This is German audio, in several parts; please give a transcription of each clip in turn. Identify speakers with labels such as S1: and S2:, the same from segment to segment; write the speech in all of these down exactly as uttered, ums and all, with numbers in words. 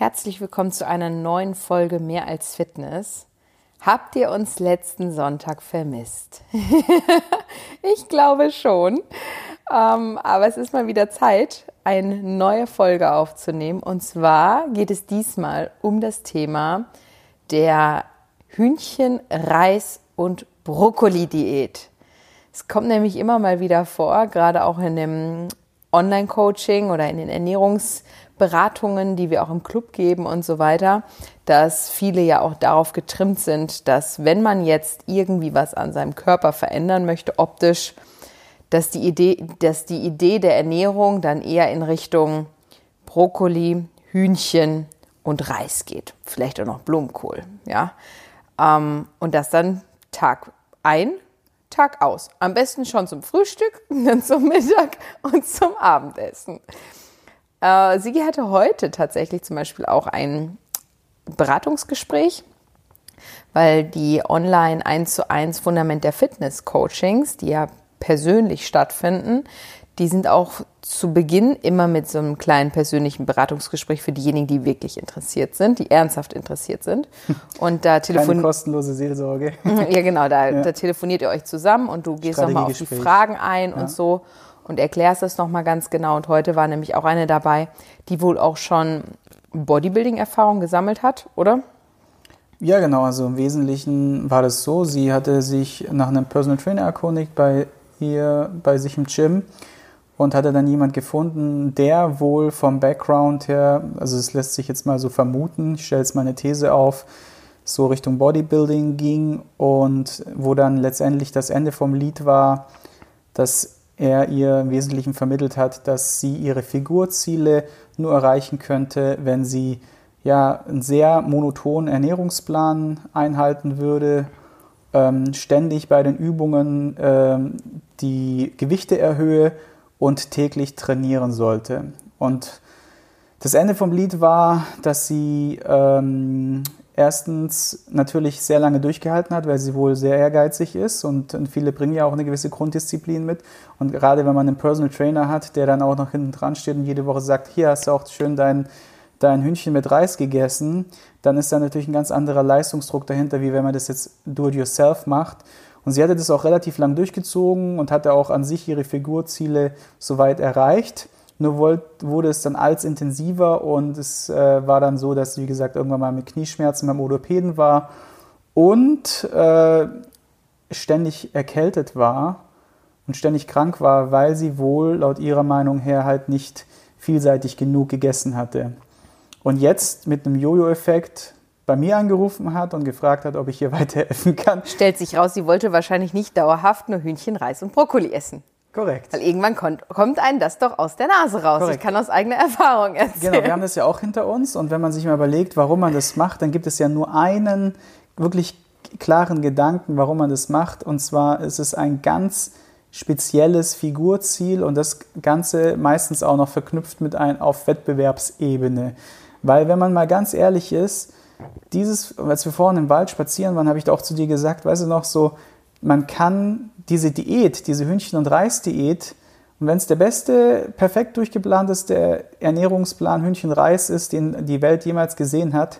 S1: Herzlich willkommen zu einer neuen Folge Mehr als Fitness. Habt ihr uns letzten Sonntag vermisst? Ich glaube schon. Ähm, aber es ist mal wieder Zeit, eine neue Folge aufzunehmen. Und zwar geht es diesmal um das Thema der Hühnchen-, Reis- und Brokkoli-Diät. Es kommt nämlich immer mal wieder vor, gerade auch in dem Online-Coaching oder in den Ernährungsberatungen, die wir auch im Club geben und so weiter, dass viele ja auch darauf getrimmt sind, dass wenn man jetzt irgendwie was an seinem Körper verändern möchte, optisch, dass die Idee, dass die Idee der Ernährung dann eher in Richtung Brokkoli, Hühnchen und Reis geht. Vielleicht auch noch Blumenkohl, ja. Und das dann Tag ein, Tag aus. Am besten schon zum Frühstück, dann zum Mittag und zum Abendessen. Äh, Sigi hatte heute tatsächlich zum Beispiel auch ein Beratungsgespräch, weil die online eins zu eins Fundament der Fitness Coachings, die ja persönlich stattfinden, die sind auch zu Beginn immer mit so einem kleinen persönlichen Beratungsgespräch für diejenigen, die wirklich interessiert sind, die ernsthaft interessiert sind. Und da telefoniert
S2: Keine kostenlose Seelsorge.
S1: Ja, genau, da,
S2: ja.
S1: da telefoniert ihr euch zusammen und du gehst nochmal auf die Fragen ein ja. und so und erklärst das nochmal ganz genau. Und heute war nämlich auch eine dabei, die wohl auch schon Bodybuilding-Erfahrung gesammelt hat, oder?
S2: Ja, genau. Also im Wesentlichen war das so, sie hatte sich nach einem Personal Trainer erkundigt bei ihr, bei sich im Gym. Und hatte dann jemand gefunden, der wohl vom Background her, also es lässt sich jetzt mal so vermuten, ich stelle jetzt mal eine These auf, so Richtung Bodybuilding ging und wo dann letztendlich das Ende vom Lied war, dass er ihr im Wesentlichen vermittelt hat, dass sie ihre Figurziele nur erreichen könnte, wenn sie ja einen sehr monotonen Ernährungsplan einhalten würde, ähm, ständig bei den Übungen ähm, die Gewichte erhöhe und täglich trainieren sollte. Und das Ende vom Lied war, dass sie ähm, erstens natürlich sehr lange durchgehalten hat, weil sie wohl sehr ehrgeizig ist und, und viele bringen ja auch eine gewisse Grunddisziplin mit. Und gerade wenn man einen Personal Trainer hat, der dann auch noch hinten dran steht und jede Woche sagt, hier hast du auch schön dein, dein Hühnchen mit Reis gegessen, dann ist da natürlich ein ganz anderer Leistungsdruck dahinter, wie wenn man das jetzt do-it-yourself macht. Und sie hatte das auch relativ lang durchgezogen und hatte auch an sich ihre Figurziele soweit erreicht. Nur wollt, wurde es dann als intensiver und es äh, war dann so, dass sie, wie gesagt, irgendwann mal mit Knieschmerzen beim Orthopäden war und äh, ständig erkältet war und ständig krank war, weil sie wohl laut ihrer Meinung her halt nicht vielseitig genug gegessen hatte. Und jetzt mit einem Jojo-Effekt bei mir angerufen hat und gefragt hat, ob ich hier weiterhelfen kann.
S1: Stellt sich raus, sie wollte wahrscheinlich nicht dauerhaft nur Hühnchen, Reis und Brokkoli essen.
S2: Korrekt.
S1: Weil irgendwann kommt, kommt einem das doch aus der Nase raus. Korrekt. Ich kann aus eigener Erfahrung erzählen.
S2: Genau, wir haben das ja auch hinter uns und wenn man sich mal überlegt, warum man das macht, dann gibt es ja nur einen wirklich klaren Gedanken, warum man das macht. Und zwar ist es ein ganz spezielles Figurziel und das Ganze meistens auch noch verknüpft mit einem auf Wettbewerbsebene. Weil wenn man mal ganz ehrlich ist, Dieses, als wir vorhin im Wald spazieren waren, habe ich auch zu dir gesagt, weißt du noch, so, man kann diese Diät, diese Hühnchen- und Reis-Diät, und wenn es der beste, perfekt durchgeplanteste Ernährungsplan Hühnchen-Reis ist, den die Welt jemals gesehen hat,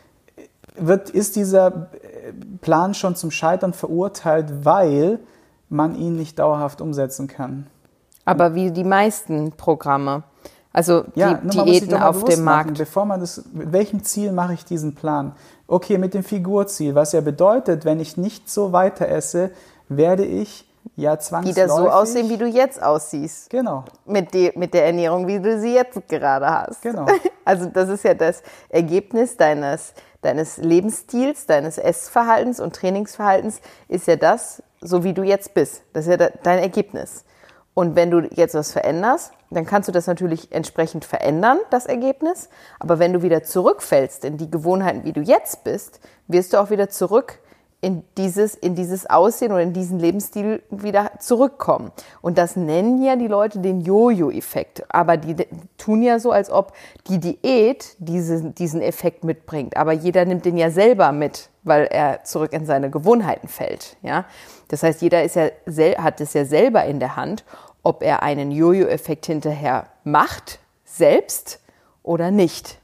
S2: wird, ist dieser Plan schon zum Scheitern verurteilt, weil man ihn nicht dauerhaft umsetzen kann.
S1: Aber wie die meisten Programme. Also die
S2: ja,
S1: Diäten auf dem Markt.
S2: Machen, bevor man das, mit welchem Ziel mache ich diesen Plan? Okay, mit dem Figurziel, was ja bedeutet, wenn ich nicht so weiter esse, werde ich ja zwangsläufig...
S1: Wieder so aussehen, wie du jetzt aussiehst.
S2: Genau.
S1: Mit, die, mit der Ernährung, wie du sie jetzt gerade hast.
S2: Genau.
S1: Also das ist ja das Ergebnis deines, deines Lebensstils, deines Essverhaltens und Trainingsverhaltens, ist ja das, so wie du jetzt bist. Das ist ja dein Ergebnis. Und wenn du jetzt was veränderst, dann kannst du das natürlich entsprechend verändern, das Ergebnis. Aber wenn du wieder zurückfällst in die Gewohnheiten, wie du jetzt bist, wirst du auch wieder zurück in dieses, in dieses Aussehen oder in diesen Lebensstil wieder zurückkommen. Und das nennen ja die Leute den Jojo-Effekt. Aber die tun ja so, als ob die Diät diese, diesen Effekt mitbringt. Aber jeder nimmt den ja selber mit, weil er zurück in seine Gewohnheiten fällt. Ja? Das heißt, jeder ist ja, hat es ja selber in der Hand, ob er einen Jojo-Effekt hinterher macht, selbst oder nicht.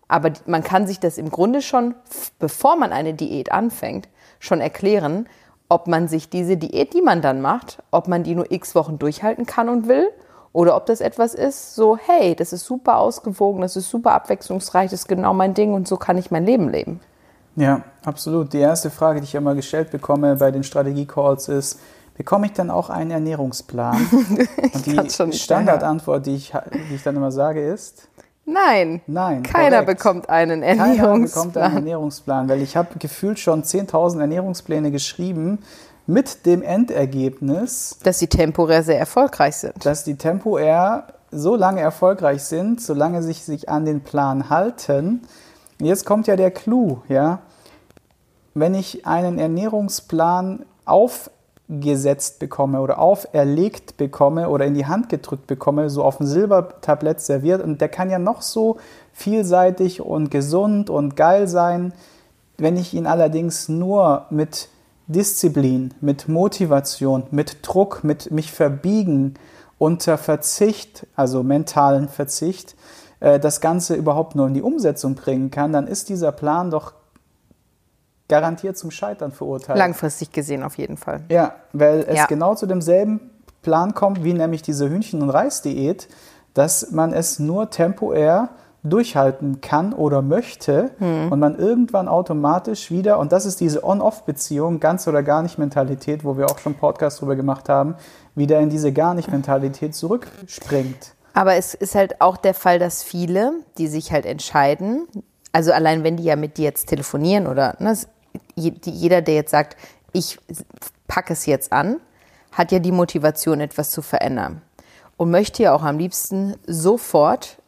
S1: Aber man kann sich das im Grunde schon, bevor man eine Diät anfängt, schon erklären, ob man sich diese Diät, die man dann macht, ob man die nur x Wochen durchhalten kann und will oder ob das etwas ist, so hey, das ist super ausgewogen, das ist super abwechslungsreich, das ist genau mein Ding und so kann ich mein Leben leben.
S2: Ja, absolut. Die erste Frage, die ich immer gestellt bekomme bei den Strategie-Calls ist, bekomme ich dann auch einen Ernährungsplan? Und die Standardantwort, die ich, die ich dann immer sage, ist...
S1: Nein,
S2: Nein,
S1: keiner
S2: korrekt.
S1: bekommt einen Ernährungsplan.
S2: Keiner bekommt einen Ernährungsplan, weil ich habe gefühlt schon zehntausend Ernährungspläne geschrieben mit dem Endergebnis,
S1: dass die temporär sehr erfolgreich sind.
S2: Dass die temporär so lange erfolgreich sind, solange sie sich an den Plan halten. Und jetzt kommt ja der Clou, ja. Wenn ich einen Ernährungsplan aufgesetzt bekomme oder auferlegt bekomme oder in die Hand gedrückt bekomme, so auf dem Silbertablett serviert, und der kann ja noch so vielseitig und gesund und geil sein, wenn ich ihn allerdings nur mit Disziplin, mit Motivation, mit Druck, mit mich verbiegen, unter Verzicht, also mentalen Verzicht, äh, das Ganze überhaupt nur in die Umsetzung bringen kann, dann ist dieser Plan doch garantiert zum Scheitern verurteilt.
S1: Langfristig gesehen auf jeden Fall.
S2: Ja, weil es
S1: ja.
S2: genau zu demselben Plan kommt, wie nämlich diese Hühnchen- und Reisdiät, dass man es nur temporär durchhalten kann oder möchte hm. und man irgendwann automatisch wieder, und das ist diese On-Off-Beziehung, ganz oder gar nicht Mentalität, wo wir auch schon einen Podcast drüber gemacht haben, wieder in diese gar nicht Mentalität zurückspringt.
S1: Aber es ist halt auch der Fall, dass viele, die sich halt entscheiden, also allein wenn die ja mit dir jetzt telefonieren oder ne, jeder, der jetzt sagt, ich packe es jetzt an, hat ja die Motivation, etwas zu verändern und möchte ja auch am liebsten sofort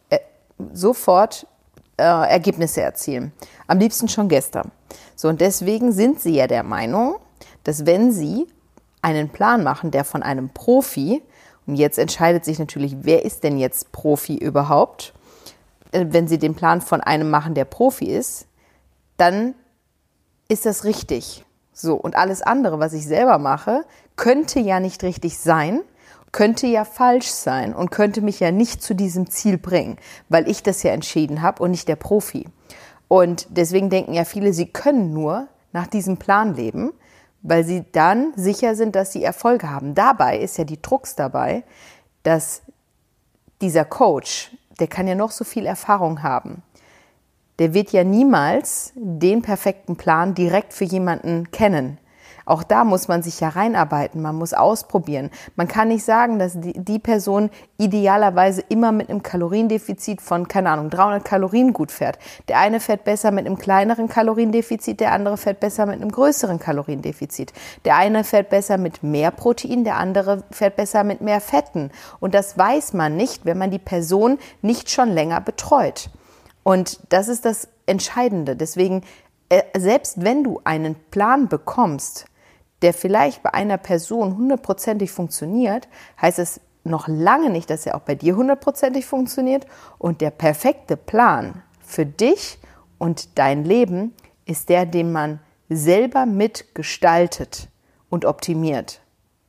S1: sofort äh, Ergebnisse erzielen. Am liebsten schon gestern. So, und deswegen sind sie ja der Meinung, dass wenn sie einen Plan machen, der von einem Profi, und jetzt entscheidet sich natürlich, wer ist denn jetzt Profi überhaupt, äh, wenn sie den Plan von einem machen, der Profi ist, dann ist das richtig. So, und alles andere, was ich selber mache, könnte ja nicht richtig sein, könnte ja falsch sein und könnte mich ja nicht zu diesem Ziel bringen, weil ich das ja entschieden habe und nicht der Profi. Und deswegen denken ja viele, sie können nur nach diesem Plan leben, weil sie dann sicher sind, dass sie Erfolge haben. Dabei ist ja die Krux dabei, dass dieser Coach, der kann ja noch so viel Erfahrung haben, der wird ja niemals den perfekten Plan direkt für jemanden kennen. Auch da muss man sich ja reinarbeiten, man muss ausprobieren. Man kann nicht sagen, dass die, die Person idealerweise immer mit einem Kaloriendefizit von, keine Ahnung, dreihundert Kalorien gut fährt. Der eine fährt besser mit einem kleineren Kaloriendefizit, der andere fährt besser mit einem größeren Kaloriendefizit. Der eine fährt besser mit mehr Protein, der andere fährt besser mit mehr Fetten. Und das weiß man nicht, wenn man die Person nicht schon länger betreut. Und das ist das Entscheidende. Deswegen, selbst wenn du einen Plan bekommst, der vielleicht bei einer Person hundertprozentig funktioniert, heißt es noch lange nicht, dass er auch bei dir hundertprozentig funktioniert. Und der perfekte Plan für dich und dein Leben ist der, den man selber mitgestaltet und optimiert.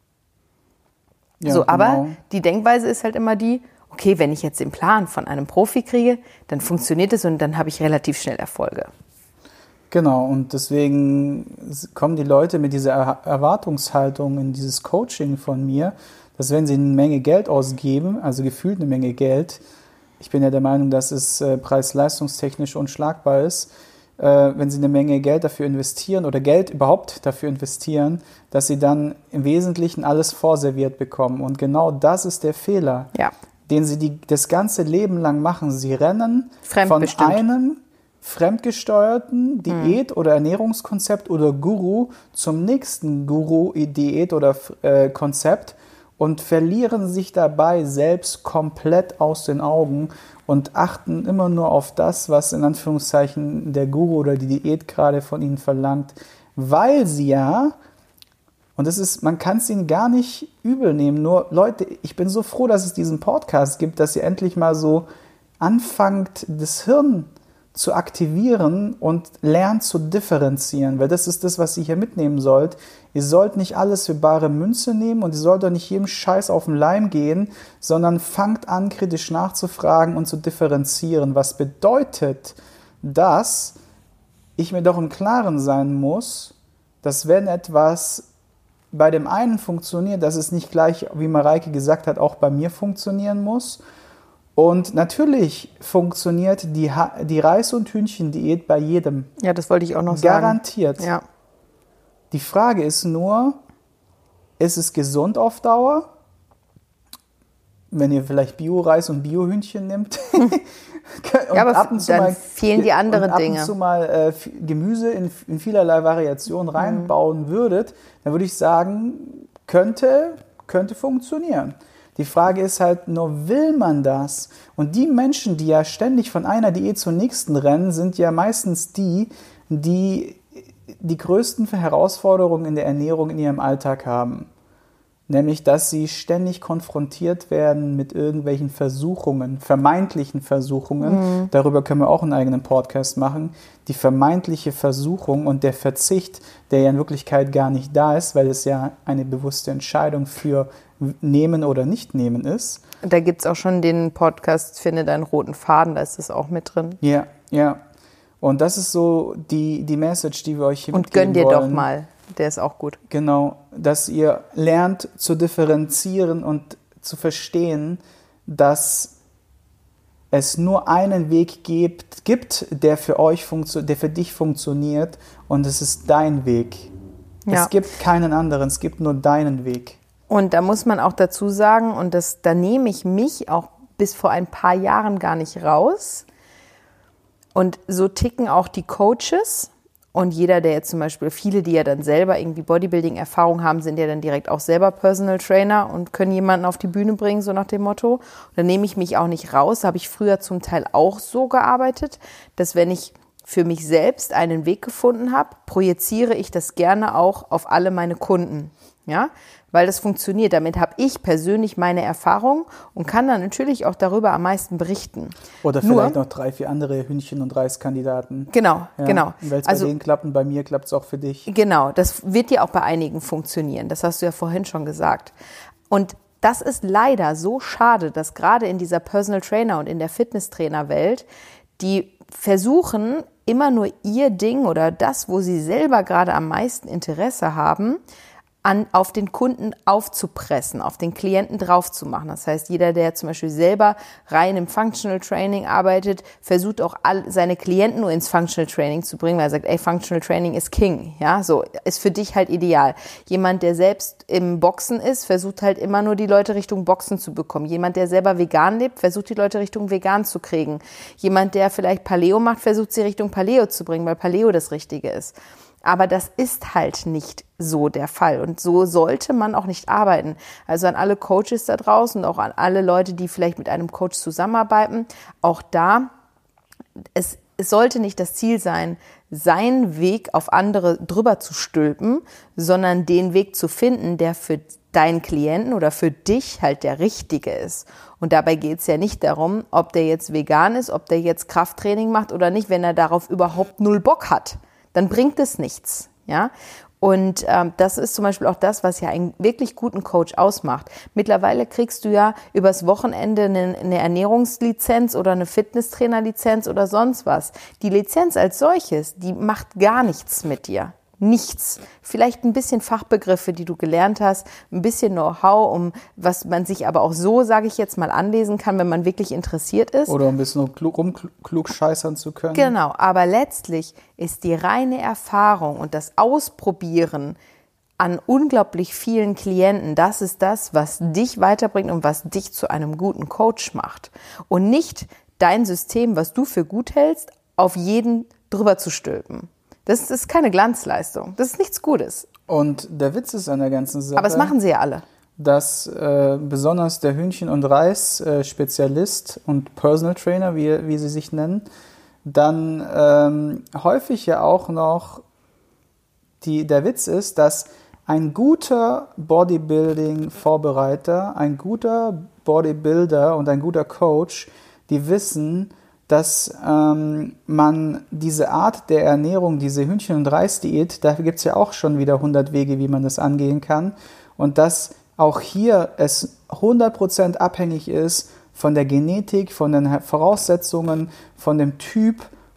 S1: Ja, so, aber genau. Die Denkweise ist halt immer die, okay, wenn ich jetzt den Plan von einem Profi kriege, dann funktioniert es und dann habe ich relativ schnell Erfolge.
S2: Genau, und deswegen kommen die Leute mit dieser Erwartungshaltung in dieses Coaching von mir, dass wenn sie eine Menge Geld ausgeben, also gefühlt eine Menge Geld, ich bin ja der Meinung, dass es äh, preis-leistungstechnisch unschlagbar ist, äh, wenn sie eine Menge Geld dafür investieren oder Geld überhaupt dafür investieren, dass sie dann im Wesentlichen alles vorserviert bekommen. Und genau das ist der Fehler,
S1: ja.
S2: den sie die, das ganze Leben lang machen. Sie rennen von einem fremdgesteuerten Diät- oder Ernährungskonzept oder Guru zum nächsten Guru-Diät- oder äh, Konzept und verlieren sich dabei selbst komplett aus den Augen und achten immer nur auf das, was in Anführungszeichen der Guru oder die Diät gerade von ihnen verlangt, weil sie ja, und das ist, man kann es ihnen gar nicht übel nehmen, nur Leute, ich bin so froh, dass es diesen Podcast gibt, dass ihr endlich mal so anfangt, das Hirn zu aktivieren und lernt zu differenzieren, weil das ist das, was ihr hier mitnehmen sollt. Ihr sollt nicht alles für bare Münze nehmen und ihr sollt auch nicht jedem Scheiß auf den Leim gehen, sondern fangt an, kritisch nachzufragen und zu differenzieren. Was bedeutet, dass ich mir doch im Klaren sein muss, dass wenn etwas bei dem einen funktioniert, dass es nicht gleich, wie Mareike gesagt hat, auch bei mir funktionieren muss. Und natürlich funktioniert die, ha- die Reis- und Hühnchendiät bei jedem.
S1: Ja, das wollte ich auch noch sagen.
S2: Garantiert.
S1: Ja.
S2: Die Frage ist nur, ist es gesund auf Dauer? Wenn ihr vielleicht Bio-Reis und Bio-Hühnchen nimmt. und
S1: ja, aber
S2: ab und zu
S1: dann
S2: mal,
S1: fehlen die anderen
S2: und ab
S1: Dinge.
S2: und zu mal äh, Gemüse in, in vielerlei Variationen reinbauen mhm. würdet, dann würde ich sagen, könnte, könnte funktionieren. Die Frage ist halt nur, will man das? Und die Menschen, die ja ständig von einer Diät zur nächsten rennen, sind ja meistens die, die die größten Herausforderungen in der Ernährung in ihrem Alltag haben. Nämlich, dass sie ständig konfrontiert werden mit irgendwelchen Versuchungen, vermeintlichen Versuchungen. Mhm. Darüber können wir auch einen eigenen Podcast machen. Die vermeintliche Versuchung und der Verzicht, der ja in Wirklichkeit gar nicht da ist, weil es ja eine bewusste Entscheidung für Nehmen oder Nicht-Nehmen ist.
S1: Da gibt es auch schon den Podcast Finde deinen roten Faden, da ist das auch mit drin.
S2: Ja, ja. Und das ist so die, die Message, die wir euch hier mitgeben wollen.
S1: Und gönn dir doch mal, der ist auch gut.
S2: Genau, dass ihr lernt zu differenzieren und zu verstehen, dass es nur einen Weg gibt, gibt der für euch funktio- der für dich funktioniert, und es ist dein Weg. Ja. Es gibt keinen anderen, es gibt nur deinen Weg.
S1: Und da muss man auch dazu sagen, und das, da nehme ich mich auch bis vor ein paar Jahren gar nicht raus. Und so ticken auch die Coaches. Und jeder, der jetzt zum Beispiel, viele, die ja dann selber irgendwie Bodybuilding-Erfahrung haben, sind ja dann direkt auch selber Personal Trainer und können jemanden auf die Bühne bringen, so nach dem Motto. Und da nehme ich mich auch nicht raus. Da habe ich früher zum Teil auch so gearbeitet, dass wenn ich für mich selbst einen Weg gefunden habe, projiziere ich das gerne auch auf alle meine Kunden. Ja, weil das funktioniert. Damit habe ich persönlich meine Erfahrung und kann dann natürlich auch darüber am meisten berichten.
S2: Oder vielleicht Nur, noch drei, vier andere Hühnchen- und Reiskandidaten.
S1: Genau,
S2: ja,
S1: genau.
S2: Weil es
S1: also,
S2: bei denen klappt und bei mir klappt es auch für dich.
S1: Genau, das wird ja auch bei einigen funktionieren. Das hast du ja vorhin schon gesagt. Und das ist leider so schade, dass gerade in dieser Personal Trainer und in der Fitnesstrainer-Welt die versuchen, immer nur ihr Ding oder das, wo sie selber gerade am meisten Interesse haben, An, auf den Kunden aufzupressen, auf den Klienten drauf zu machen. Das heißt, jeder, der zum Beispiel selber rein im Functional Training arbeitet, versucht auch all seine Klienten nur ins Functional Training zu bringen, weil er sagt, ey, Functional Training ist King, ja, so, ist für dich halt ideal. Jemand, der selbst im Boxen ist, versucht halt immer nur die Leute Richtung Boxen zu bekommen. Jemand, der selber vegan lebt, versucht die Leute Richtung vegan zu kriegen. Jemand, der vielleicht Paleo macht, versucht sie Richtung Paleo zu bringen, weil Paleo das Richtige ist. Aber das ist halt nicht so der Fall und so sollte man auch nicht arbeiten. Also an alle Coaches da draußen und auch an alle Leute, die vielleicht mit einem Coach zusammenarbeiten, auch da, es, es sollte nicht das Ziel sein, seinen Weg auf andere drüber zu stülpen, sondern den Weg zu finden, der für deinen Klienten oder für dich halt der richtige ist. Und dabei geht es ja nicht darum, ob der jetzt vegan ist, ob der jetzt Krafttraining macht oder nicht, wenn er darauf überhaupt null Bock hat. Dann bringt es nichts, ja. Und ähm, das ist zum Beispiel auch das, was ja einen wirklich guten Coach ausmacht. Mittlerweile kriegst du ja übers Wochenende eine, eine Ernährungslizenz oder eine Fitnesstrainerlizenz oder sonst was. Die Lizenz als solches, die macht gar nichts mit dir. Nichts. Vielleicht ein bisschen Fachbegriffe, die du gelernt hast, ein bisschen Know-how, um was man sich aber auch so, sage ich jetzt mal, anlesen kann, wenn man wirklich interessiert ist.
S2: Oder ein bisschen klug, rumklugscheißern zu können.
S1: Genau, aber letztlich ist die reine Erfahrung und das Ausprobieren an unglaublich vielen Klienten, das ist das, was dich weiterbringt und was dich zu einem guten Coach macht. Und nicht dein System, was du für gut hältst, auf jeden drüber zu stülpen. Das ist keine Glanzleistung. Das ist nichts Gutes.
S2: Und der Witz ist an der ganzen Sache.
S1: Aber das machen sie ja alle.
S2: Dass äh, besonders der Hühnchen- und Reis-Spezialist äh, und Personal Trainer, wie, wie sie sich nennen, dann ähm, häufig ja auch noch die, der Witz ist, dass ein guter Bodybuilding-Vorbereiter, ein guter Bodybuilder und ein guter Coach, die wissen, dass ähm, man diese Art der Ernährung, diese Hühnchen- und Reis-Diät, dafür gibt es ja auch schon wieder hundert Wege, wie man das angehen kann. Und dass auch hier es hundert Prozent abhängig ist von der Genetik, von den Voraussetzungen, von dem Typ,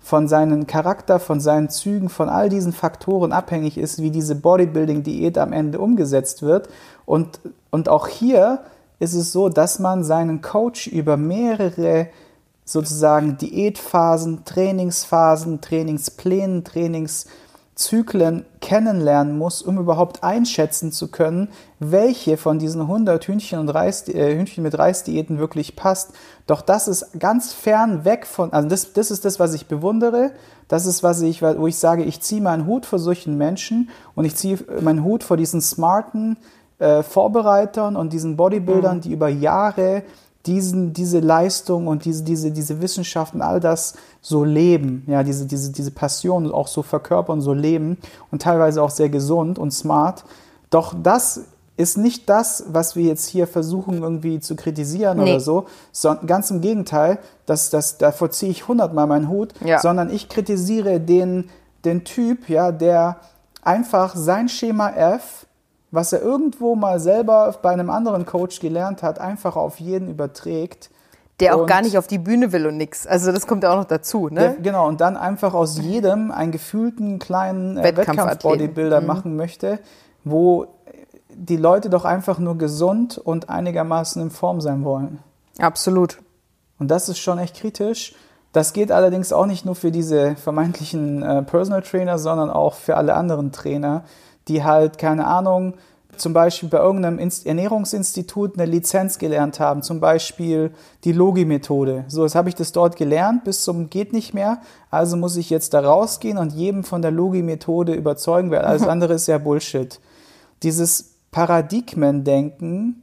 S2: von seinem Charakter, von seinen Zügen, von all diesen Faktoren abhängig ist, wie diese Bodybuilding-Diät am Ende umgesetzt wird. Und, und auch hier ist es so, dass man seinen Coach über mehrere sozusagen Diätphasen, Trainingsphasen, Trainingsplänen, Trainingszyklen kennenlernen muss, um überhaupt einschätzen zu können, welche von diesen hundert Hühnchen, und Reis, äh, Hühnchen mit Reisdiäten wirklich passt. Doch das ist ganz fern weg von, also das, das ist das, was ich bewundere. Das ist, was ich, wo ich sage, ich ziehe meinen Hut vor solchen Menschen und ich ziehe meinen Hut vor diesen smarten äh, Vorbereitern und diesen Bodybuildern, mhm. die über Jahre diesen, diese Leistung und diese, diese, diese Wissenschaft und all das so leben, ja, diese, diese, diese Passion auch so verkörpern, so leben und teilweise auch sehr gesund und smart. Doch das ist nicht das, was wir jetzt hier versuchen irgendwie zu kritisieren nee. oder so, sondern ganz im Gegenteil, das, das, davor ziehe ich hundertmal meinen Hut, ja. sondern ich kritisiere den, den Typ, ja, der einfach sein Schema F, was er irgendwo mal selber bei einem anderen Coach gelernt hat, einfach auf jeden überträgt.
S1: Der auch und gar nicht auf die Bühne will und nix. Also das kommt ja auch noch dazu, ne?
S2: Der, genau, und dann einfach aus jedem einen gefühlten kleinen äh, Wettkampf-Bodybuilder mhm. machen möchte, wo die Leute doch einfach nur gesund und einigermaßen in Form sein wollen.
S1: Absolut.
S2: Und das ist schon echt kritisch. Das geht allerdings auch nicht nur für diese vermeintlichen äh, Personal Trainer, sondern auch für alle anderen Trainer, die halt, keine Ahnung, zum Beispiel bei irgendeinem Ernährungsinstitut eine Lizenz gelernt haben, zum Beispiel die Logi-Methode. So, jetzt habe ich das dort gelernt, bis zum geht nicht mehr, also muss ich jetzt da rausgehen und jedem von der Logi-Methode überzeugen, weil alles andere ist ja Bullshit. Dieses Paradigmendenken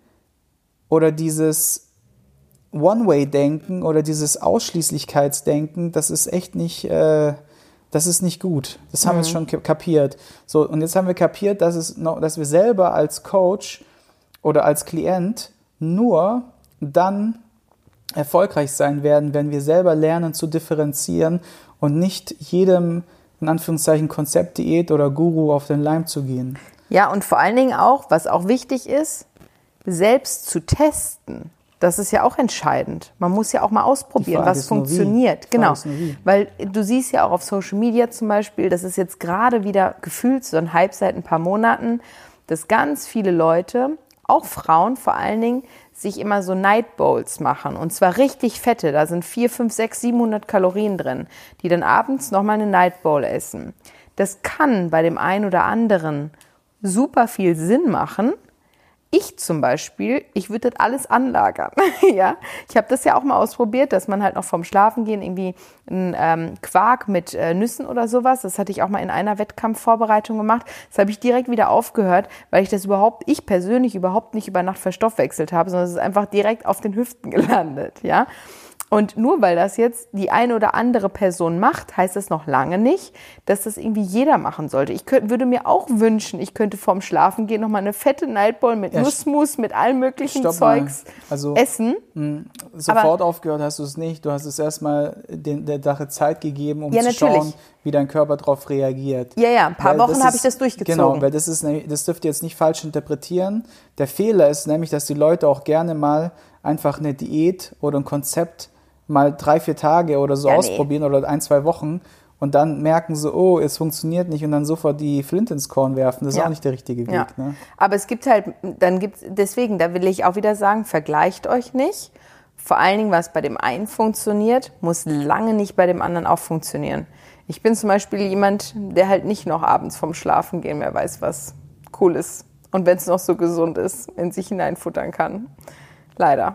S2: oder dieses One-Way-Denken oder dieses Ausschließlichkeitsdenken, das ist echt nicht... Äh, Das ist nicht gut. Das haben mhm. wir jetzt schon kapiert. So, und jetzt haben wir kapiert, dass, es noch, dass wir selber als Coach oder als Klient nur dann erfolgreich sein werden, wenn wir selber lernen zu differenzieren und nicht jedem, in Anführungszeichen, Konzeptdiät oder Guru auf den Leim zu gehen.
S1: Ja, und vor allen Dingen auch, was auch wichtig ist, selbst zu testen. Das ist ja auch entscheidend. Man muss ja auch mal ausprobieren, was funktioniert. Genau, weil du siehst ja auch auf Social Media zum Beispiel, das ist jetzt gerade wieder gefühlt so ein Hype seit ein paar Monaten, dass ganz viele Leute, auch Frauen vor allen Dingen, sich immer so Night Bowls machen. Und zwar richtig fette, da sind vier, fünf, sechs, siebenhundert Kalorien drin, die dann abends nochmal eine Night Bowl essen. Das kann bei dem einen oder anderen super viel Sinn machen. Ich zum Beispiel, ich würde das alles anlagern. ja, ich habe das ja auch mal ausprobiert, dass man halt noch vorm Schlafengehen irgendwie einen ähm, Quark mit äh, Nüssen oder sowas, das hatte ich auch mal in einer Wettkampfvorbereitung gemacht. Das habe ich direkt wieder aufgehört, weil ich das überhaupt, ich persönlich überhaupt nicht über Nacht verstoffwechselt habe, sondern es ist einfach direkt auf den Hüften gelandet. Ja. Und nur weil das jetzt die eine oder andere Person macht, heißt das noch lange nicht, dass das irgendwie jeder machen sollte. Ich könnte, würde mir auch wünschen, ich könnte vorm Schlafengehen nochmal eine fette Nightball mit ja, Nussmus, mit allem möglichen Zeugs also, essen.
S2: Mh, sofort Aber, aufgehört hast du es nicht. Du hast es erstmal den, der Sache Zeit gegeben, um
S1: ja,
S2: zu
S1: natürlich.
S2: schauen, wie dein Körper darauf reagiert.
S1: Ja, ja, ein paar weil Wochen habe ich das durchgezogen.
S2: Genau, weil das ist, das dürft ihr jetzt nicht falsch interpretieren. Der Fehler ist nämlich, dass die Leute auch gerne mal einfach eine Diät oder ein Konzept mal drei, vier Tage oder so ja, ausprobieren nee. oder ein, zwei Wochen und dann merken sie, oh, es funktioniert nicht und dann sofort die Flinte ins Korn werfen. Das ist ja. auch nicht der richtige Weg.
S1: Ja.
S2: Ne?
S1: Aber es gibt halt, dann gibt's, deswegen, da will ich auch wieder sagen, vergleicht euch nicht. Vor allen Dingen, was bei dem einen funktioniert, muss lange nicht bei dem anderen auch funktionieren. Ich bin zum Beispiel jemand, der halt nicht noch abends vorm Schlafen gehen mehr weiß, was cool ist. Und wenn es noch so gesund ist, in sich hineinfuttern kann. Leider.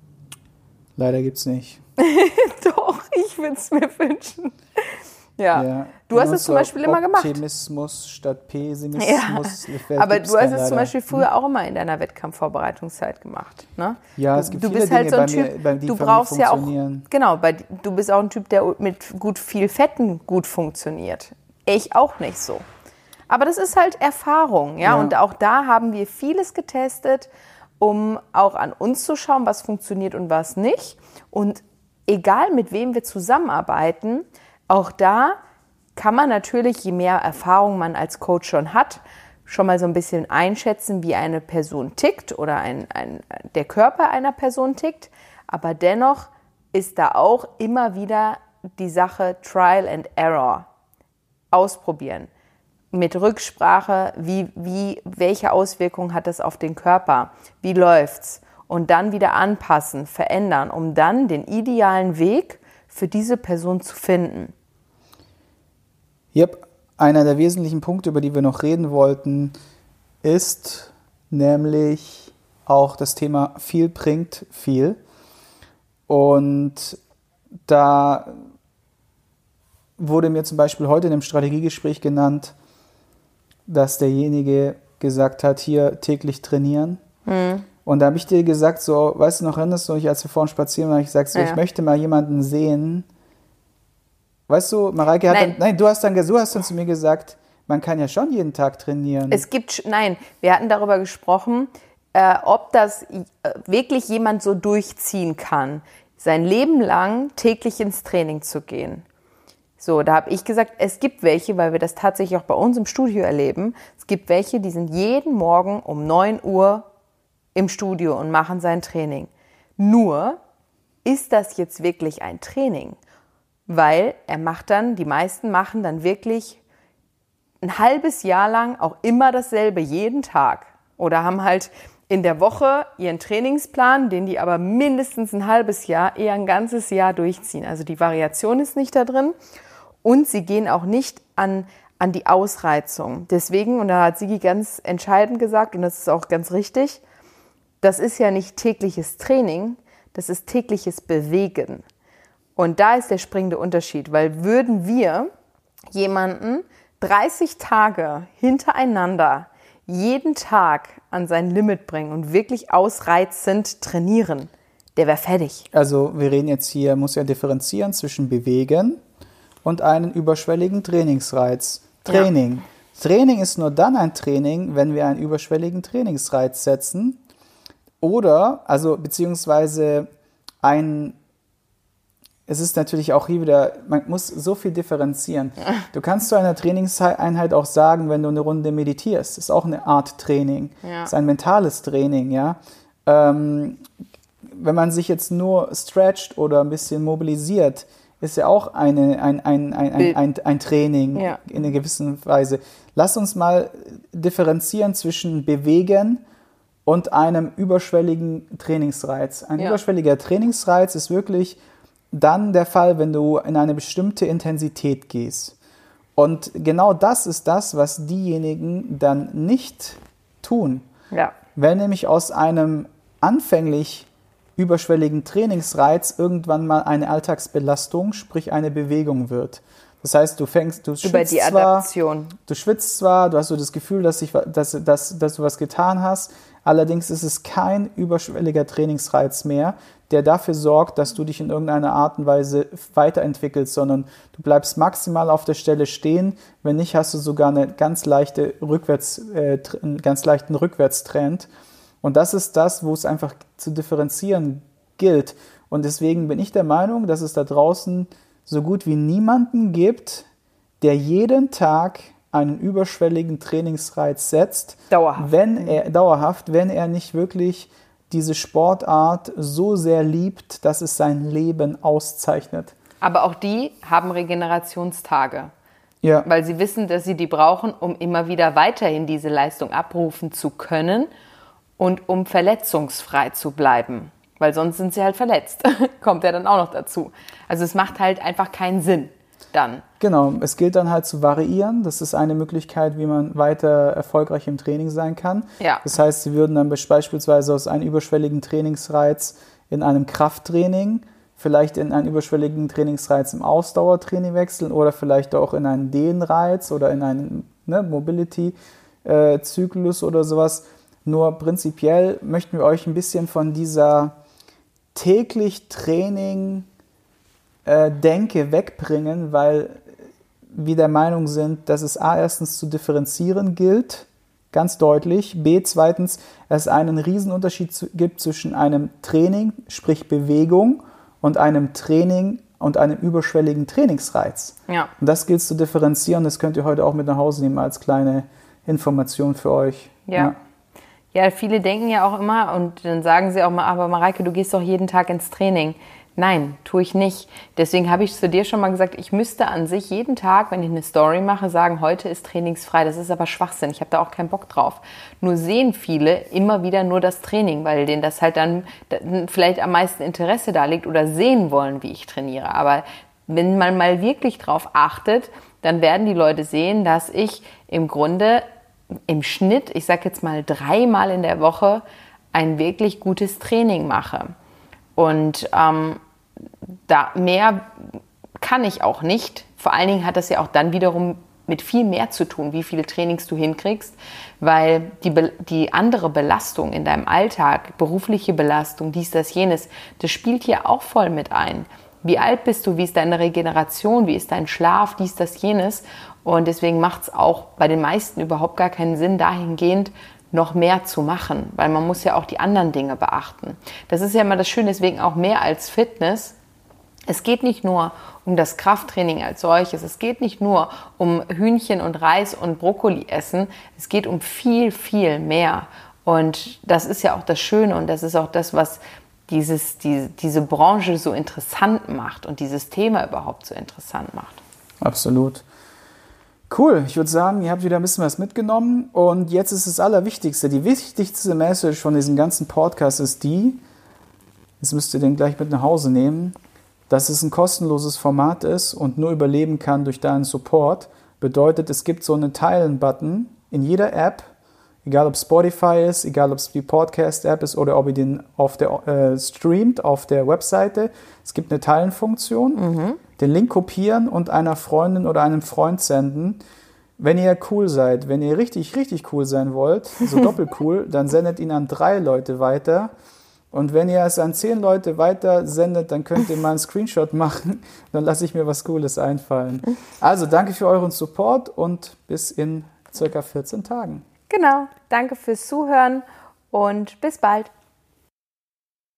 S2: Leider gibt's nicht.
S1: Doch, ich würde es mir wünschen. Ja, ja. Du hast es zum Beispiel immer gemacht.
S2: Optimismus statt Pessimismus.
S1: Ja. Aber du hast es zum Beispiel früher hm? auch immer in deiner Wettkampfvorbereitungszeit gemacht. Ne?
S2: Ja, es gibt
S1: du
S2: viele
S1: bist halt
S2: Dinge
S1: so ein
S2: bei
S1: Typ,
S2: mir, bei die
S1: du brauchst ja auch, genau, bei,
S2: genau,
S1: du bist auch ein Typ, der mit gut viel Fetten gut funktioniert. Ich auch nicht so. Aber das ist halt Erfahrung, ja? ja. Und auch da haben wir vieles getestet, um auch an uns zu schauen, was funktioniert und was nicht. Und egal, mit wem wir zusammenarbeiten, auch da kann man natürlich, je mehr Erfahrung man als Coach schon hat, schon mal so ein bisschen einschätzen, wie eine Person tickt oder ein, ein, der Körper einer Person tickt. Aber dennoch ist da auch immer wieder die Sache Trial and Error ausprobieren. Mit Rücksprache, wie, wie, welche Auswirkungen hat das auf den Körper? Wie läuft's? Und dann wieder anpassen, verändern, um dann den idealen Weg für diese Person zu finden.
S2: Yep. Einer der wesentlichen Punkte, über die wir noch reden wollten, ist nämlich auch das Thema viel bringt viel. Und da wurde mir zum Beispiel heute in einem Strategiegespräch genannt, dass derjenige gesagt hat, hier täglich trainieren. Mhm. Und da habe ich dir gesagt, so, weißt du noch, erinnerst du dich, als wir vorhin spazieren waren, habe ich gesagt, so, ja. ich möchte mal jemanden sehen. Weißt du, Mareike hat nein. dann, nein, du hast dann, du hast dann zu mir gesagt, man kann ja schon jeden Tag trainieren.
S1: Es gibt, nein, wir hatten darüber gesprochen, äh, ob das äh, wirklich jemand so durchziehen kann, sein Leben lang täglich ins Training zu gehen. So, da habe ich gesagt, es gibt welche, weil wir das tatsächlich auch bei uns im Studio erleben, es gibt welche, die sind jeden Morgen um neun Uhr im Studio und machen sein Training. Nur, ist das jetzt wirklich ein Training? Weil er macht dann, die meisten machen dann wirklich ein halbes Jahr lang auch immer dasselbe, jeden Tag. Oder haben halt in der Woche ihren Trainingsplan, den die aber mindestens ein halbes Jahr, eher ein ganzes Jahr durchziehen. Also die Variation ist nicht da drin und sie gehen auch nicht an, an die Ausreizung. Deswegen, und da hat Sigi ganz entscheidend gesagt, und das ist auch ganz richtig, das ist ja nicht tägliches Training, das ist tägliches Bewegen. Und da ist der springende Unterschied, weil würden wir jemanden dreißig Tage hintereinander jeden Tag an sein Limit bringen und wirklich ausreizend trainieren, der wäre fertig.
S2: Also wir reden jetzt hier, muss ja differenzieren zwischen Bewegen und einem überschwelligen Trainingsreiz. Training. Ja. Training ist nur dann ein Training, wenn wir einen überschwelligen Trainingsreiz setzen oder, also beziehungsweise ein Es ist natürlich auch hier wieder, man muss so viel differenzieren. Du kannst zu einer Trainingseinheit auch sagen, wenn du eine Runde meditierst, ist auch eine Art Training, ja. ist ein mentales Training, ja. Ähm, wenn man sich jetzt nur stretcht oder ein bisschen mobilisiert, ist ja auch eine, ein, ein, ein, ein, ein, ein Training ja. in einer gewissen Weise. Lass uns mal differenzieren zwischen Bewegen und einem überschwelligen Trainingsreiz. Ein ja. überschwelliger Trainingsreiz ist wirklich dann der Fall, wenn du in eine bestimmte Intensität gehst. Und genau das ist das, was diejenigen dann nicht tun.
S1: Ja.
S2: Wenn nämlich aus einem anfänglich überschwelligen Trainingsreiz irgendwann mal eine Alltagsbelastung, sprich eine Bewegung wird. Das heißt, du fängst, du
S1: Über die Adaption.
S2: Zwar, du schwitzt zwar, du hast so das Gefühl, dass, ich, dass, dass, dass du was getan hast, allerdings ist es kein überschwelliger Trainingsreiz mehr, der dafür sorgt, dass du dich in irgendeiner Art und Weise weiterentwickelst, sondern du bleibst maximal auf der Stelle stehen. Wenn nicht, hast du sogar eine ganz leichte Rückwärts, äh, einen ganz leichten Rückwärtstrend. Und das ist das, wo es einfach zu differenzieren gilt. Und deswegen bin ich der Meinung, dass es da draußen so gut wie niemanden gibt, der jeden Tag einen überschwelligen Trainingsreiz setzt,
S1: dauerhaft.
S2: wenn er dauerhaft, wenn er nicht wirklich diese Sportart so sehr liebt, dass es sein Leben auszeichnet.
S1: Aber auch die haben Regenerationstage,
S2: ja.
S1: weil sie wissen, dass sie die brauchen, um immer wieder weiterhin diese Leistung abrufen zu können und um verletzungsfrei zu bleiben, weil sonst sind sie halt verletzt. Kommt ja dann auch noch dazu. Also es macht halt einfach keinen Sinn dann.
S2: Genau, es gilt dann halt zu variieren. Das ist eine Möglichkeit, wie man weiter erfolgreich im Training sein kann.
S1: Ja.
S2: Das heißt, sie würden dann beispielsweise aus einem überschwelligen Trainingsreiz in einem Krafttraining, vielleicht in einen überschwelligen Trainingsreiz im Ausdauertraining wechseln oder vielleicht auch in einen Dehnreiz oder in einen ne, Mobility-Zyklus oder sowas. Nur prinzipiell möchten wir euch ein bisschen von dieser täglich Training äh, Denke wegbringen, weil wir der Meinung sind, dass es a. erstens zu differenzieren gilt, ganz deutlich, b. zweitens, es einen Riesenunterschied zu, gibt zwischen einem Training, sprich Bewegung, und einem Training und einem überschwelligen Trainingsreiz.
S1: Ja.
S2: Und das gilt zu differenzieren, das könnt ihr heute auch mit nach Hause nehmen als kleine Information für euch.
S1: Ja. ja. Ja, viele denken ja auch immer und dann sagen sie auch mal, aber Mareike, du gehst doch jeden Tag ins Training. Nein, tue ich nicht. Deswegen habe ich zu dir schon mal gesagt, ich müsste an sich jeden Tag, wenn ich eine Story mache, sagen, heute ist trainingsfrei. Das ist aber Schwachsinn. Ich habe da auch keinen Bock drauf. Nur sehen viele immer wieder nur das Training, weil denen das halt dann vielleicht am meisten Interesse da liegt oder sehen wollen, wie ich trainiere. Aber wenn man mal wirklich drauf achtet, dann werden die Leute sehen, dass ich im Grunde im Schnitt, ich sage jetzt mal dreimal in der Woche, ein wirklich gutes Training mache. Und ähm, da mehr kann ich auch nicht. Vor allen Dingen hat das ja auch dann wiederum mit viel mehr zu tun, wie viele Trainings du hinkriegst, weil die, die andere Belastung in deinem Alltag, berufliche Belastung, dies, das, jenes, das spielt hier auch voll mit ein. Wie alt bist du, wie ist deine Regeneration, wie ist dein Schlaf, dies, das, jenes. Und deswegen macht es auch bei den meisten überhaupt gar keinen Sinn, dahingehend noch mehr zu machen, weil man muss ja auch die anderen Dinge beachten. Das ist ja immer das Schöne, deswegen auch mehr als Fitness. Es geht nicht nur um das Krafttraining als solches, es geht nicht nur um Hühnchen und Reis und Brokkoli essen, es geht um viel, viel mehr. Und das ist ja auch das Schöne und das ist auch das, was dieses, die, diese Branche so interessant macht und dieses Thema überhaupt so interessant macht.
S2: Absolut. Cool, ich würde sagen, ihr habt wieder ein bisschen was mitgenommen und jetzt ist das Allerwichtigste, die wichtigste Message von diesem ganzen Podcast ist die, jetzt müsst ihr den gleich mit nach Hause nehmen, dass es ein kostenloses Format ist und nur überleben kann durch deinen Support. Bedeutet, es gibt so einen Teilen-Button in jeder App, egal ob Spotify ist, egal ob es die Podcast-App ist oder ob ihr den auf der, äh, streamt auf der Webseite. Es gibt eine Teilen-Funktion. Mhm. Den Link kopieren und einer Freundin oder einem Freund senden. Wenn ihr cool seid, wenn ihr richtig, richtig cool sein wollt, so doppelt cool, dann sendet ihn an drei Leute weiter. Und wenn ihr es an zehn Leute weiter sendet, dann könnt ihr mal einen Screenshot machen. Dann lasse ich mir was Cooles einfallen. Also danke für euren Support und bis in circa vierzehn Tagen.
S1: Genau, danke fürs Zuhören und bis bald.